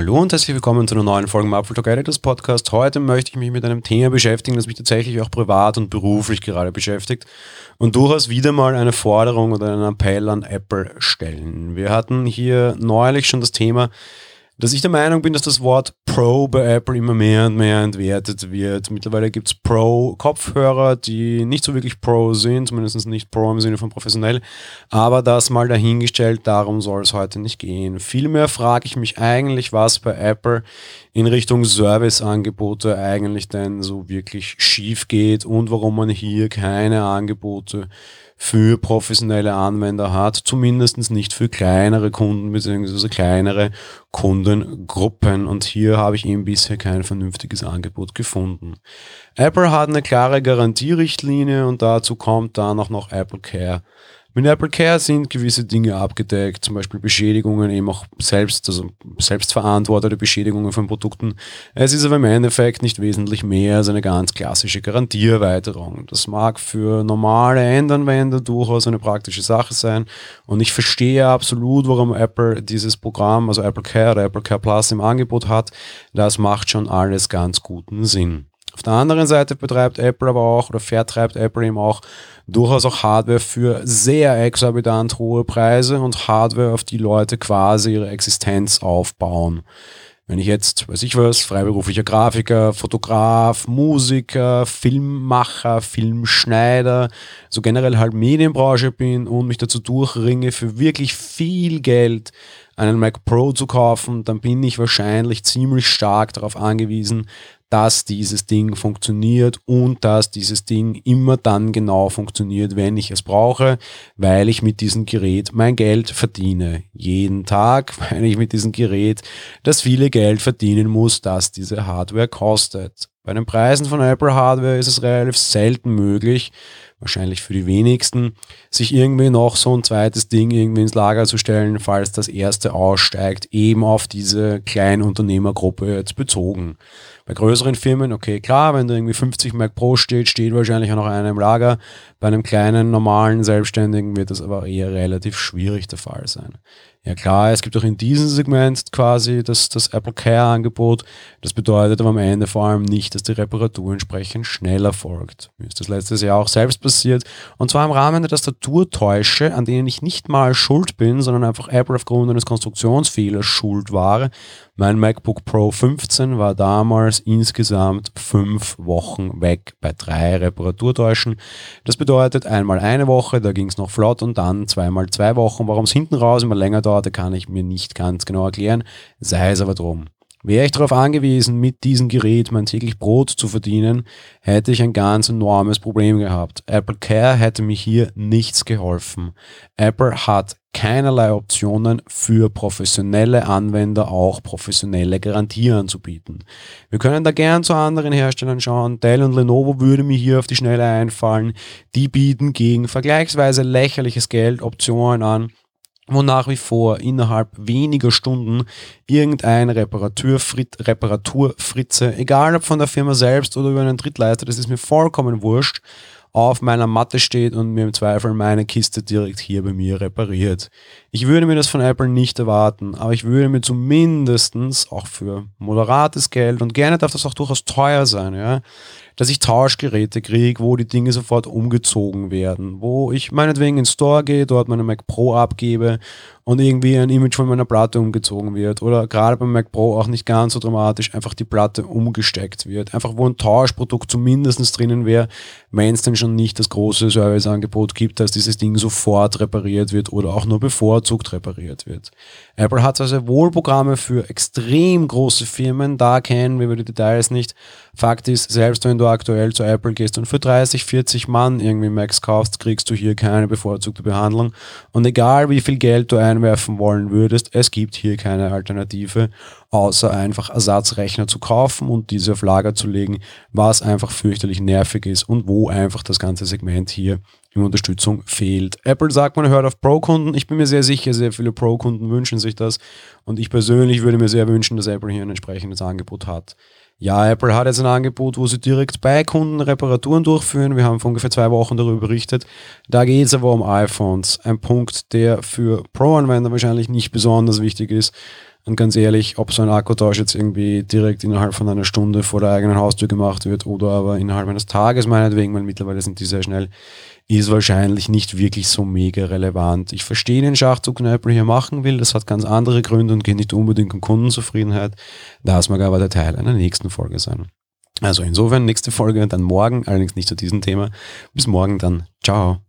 Hallo und herzlich willkommen zu einer neuen Folge im Apfel Talk Editors Podcast. Heute möchte ich mich mit einem Thema beschäftigen, das mich tatsächlich auch privat und beruflich gerade beschäftigt und durchaus wieder mal eine Forderung oder einen Appell an Apple stellen. Wir hatten hier neulich schon das Thema, dass ich der Meinung bin, dass das Wort Pro bei Apple immer mehr und mehr entwertet wird. Mittlerweile gibt es Pro-Kopfhörer, die nicht so wirklich Pro sind, zumindest nicht Pro im Sinne von professionell, aber das mal dahingestellt, darum soll es heute nicht gehen. Vielmehr frage ich mich eigentlich, was bei Apple in Richtung Serviceangebote eigentlich denn so wirklich schief geht und warum man hier keine Angebote für professionelle Anwender hat, zumindest nicht für kleinere Kunden bzw. kleinere Kundengruppen. Und hier habe ich eben bisher kein vernünftiges Angebot gefunden. Apple hat eine klare Garantierichtlinie und dazu kommt dann auch noch Apple Care. Mit Apple Care sind gewisse Dinge abgedeckt, zum Beispiel Beschädigungen, eben auch selbstverantwortete Beschädigungen von Produkten. Es ist aber im Endeffekt nicht wesentlich mehr als eine ganz klassische Garantieerweiterung. Das mag für normale Endanwender durchaus eine praktische Sache sein und ich verstehe absolut, warum Apple dieses Programm, also Apple Care oder Apple Care Plus im Angebot hat. Das macht schon alles ganz guten Sinn. Auf der anderen Seite betreibt Apple aber auch oder vertreibt Apple eben auch durchaus auch Hardware für sehr exorbitant hohe Preise und Hardware, auf die Leute quasi ihre Existenz aufbauen. Wenn ich jetzt, freiberuflicher Grafiker, Fotograf, Musiker, Filmmacher, Filmschneider, so generell halt Medienbranche bin und mich dazu durchringe, für wirklich viel Geld einen Mac Pro zu kaufen, dann bin ich wahrscheinlich ziemlich stark darauf angewiesen, dass dieses Ding funktioniert und dass dieses Ding immer dann genau funktioniert, wenn ich es brauche, weil ich mit diesem Gerät mein Geld verdiene. Jeden Tag, weil ich mit diesem Gerät das viele Geld verdienen muss, das diese Hardware kostet. Bei den Preisen von Apple Hardware ist es relativ selten möglich, wahrscheinlich für die wenigsten, sich irgendwie noch so ein zweites Ding irgendwie ins Lager zu stellen, falls das erste aussteigt, eben auf diese Kleinunternehmergruppe jetzt bezogen. Bei größeren Firmen, okay, klar, wenn da irgendwie 50 Mac Pro steht wahrscheinlich auch noch einer im Lager. Bei einem kleinen, normalen Selbstständigen wird das aber eher relativ schwierig der Fall sein. Ja klar, es gibt auch in diesem Segment quasi das Apple Care Angebot. Das bedeutet aber am Ende vor allem nicht, dass die Reparatur entsprechend schnell erfolgt. Mir ist das letztes Jahr auch selbst passiert. Und zwar im Rahmen der Tastaturtäusche, an denen ich nicht mal schuld bin, sondern einfach Apple aufgrund eines Konstruktionsfehlers schuld war. Mein MacBook Pro 15 war damals insgesamt 5 Wochen weg bei 3 Reparaturtäuschen. Das bedeutet einmal eine Woche, da ging es noch flott und dann zweimal 2 Wochen. Warum es hinten raus immer länger dauerte, kann ich mir nicht ganz genau erklären, sei es aber drum. Wäre ich darauf angewiesen, mit diesem Gerät mein täglich Brot zu verdienen, hätte ich ein ganz enormes Problem gehabt. Apple Care hätte mir hier nichts geholfen. Apple hat keinerlei Optionen für professionelle Anwender, auch professionelle Garantie anzubieten. Wir können da gern zu anderen Herstellern schauen. Dell und Lenovo würde mir hier auf die Schnelle einfallen. Die bieten gegen vergleichsweise lächerliches Geld Optionen an, wo nach wie vor innerhalb weniger Stunden irgendein Reparaturfritze, egal ob von der Firma selbst oder über einen Drittleister, das ist mir vollkommen wurscht, auf meiner Matte steht und mir im Zweifel meine Kiste direkt hier bei mir repariert. Ich würde mir das von Apple nicht erwarten, aber ich würde mir zumindestens auch für moderates Geld, und gerne darf das auch durchaus teuer sein, ja, dass ich Tauschgeräte kriege, wo die Dinge sofort umgezogen werden, wo ich meinetwegen ins Store gehe, dort meine Mac Pro abgebe und irgendwie ein Image von meiner Platte umgezogen wird oder gerade beim Mac Pro auch nicht ganz so dramatisch einfach die Platte umgesteckt wird. Einfach wo ein Tauschprodukt zumindest drinnen wäre, wenn es denn schon nicht das große Serviceangebot gibt, dass dieses Ding sofort repariert wird oder auch nur bevorzugt repariert wird. Apple hat also wohl Programme für extrem große Firmen, da kennen wir über die Details nicht. Fakt ist, selbst wenn du aktuell zu Apple gehst und für 30, 40 Mann irgendwie Macs kaufst, kriegst du hier keine bevorzugte Behandlung. Und egal wie viel Geld du einwerfen wollen würdest, es gibt hier keine Alternative, außer einfach Ersatzrechner zu kaufen und diese auf Lager zu legen, was einfach fürchterlich nervig ist und wo einfach das ganze Segment hier in Unterstützung fehlt. Apple sagt, man hört auf Pro-Kunden. Ich bin mir sehr sicher, sehr viele Pro-Kunden wünschen sich das. Und ich persönlich würde mir sehr wünschen, dass Apple hier ein entsprechendes Angebot hat. Ja, Apple hat jetzt ein Angebot, wo sie direkt bei Kunden Reparaturen durchführen. Wir haben vor ungefähr 2 Wochen darüber berichtet. Da geht es aber um iPhones. Ein Punkt, der für Pro-Anwender wahrscheinlich nicht besonders wichtig ist. Und ganz ehrlich, ob so ein Akkutausch jetzt irgendwie direkt innerhalb von einer Stunde vor der eigenen Haustür gemacht wird oder aber innerhalb eines Tages meinetwegen, weil mittlerweile sind die sehr schnell, ist wahrscheinlich nicht wirklich so mega relevant. Ich verstehe den Schachzug, den Apple hier machen will. Das hat ganz andere Gründe und geht nicht unbedingt um Kundenzufriedenheit. Das mag aber der Teil einer nächsten Folge sein. Also insofern nächste Folge dann morgen, allerdings nicht zu diesem Thema. Bis morgen dann. Ciao.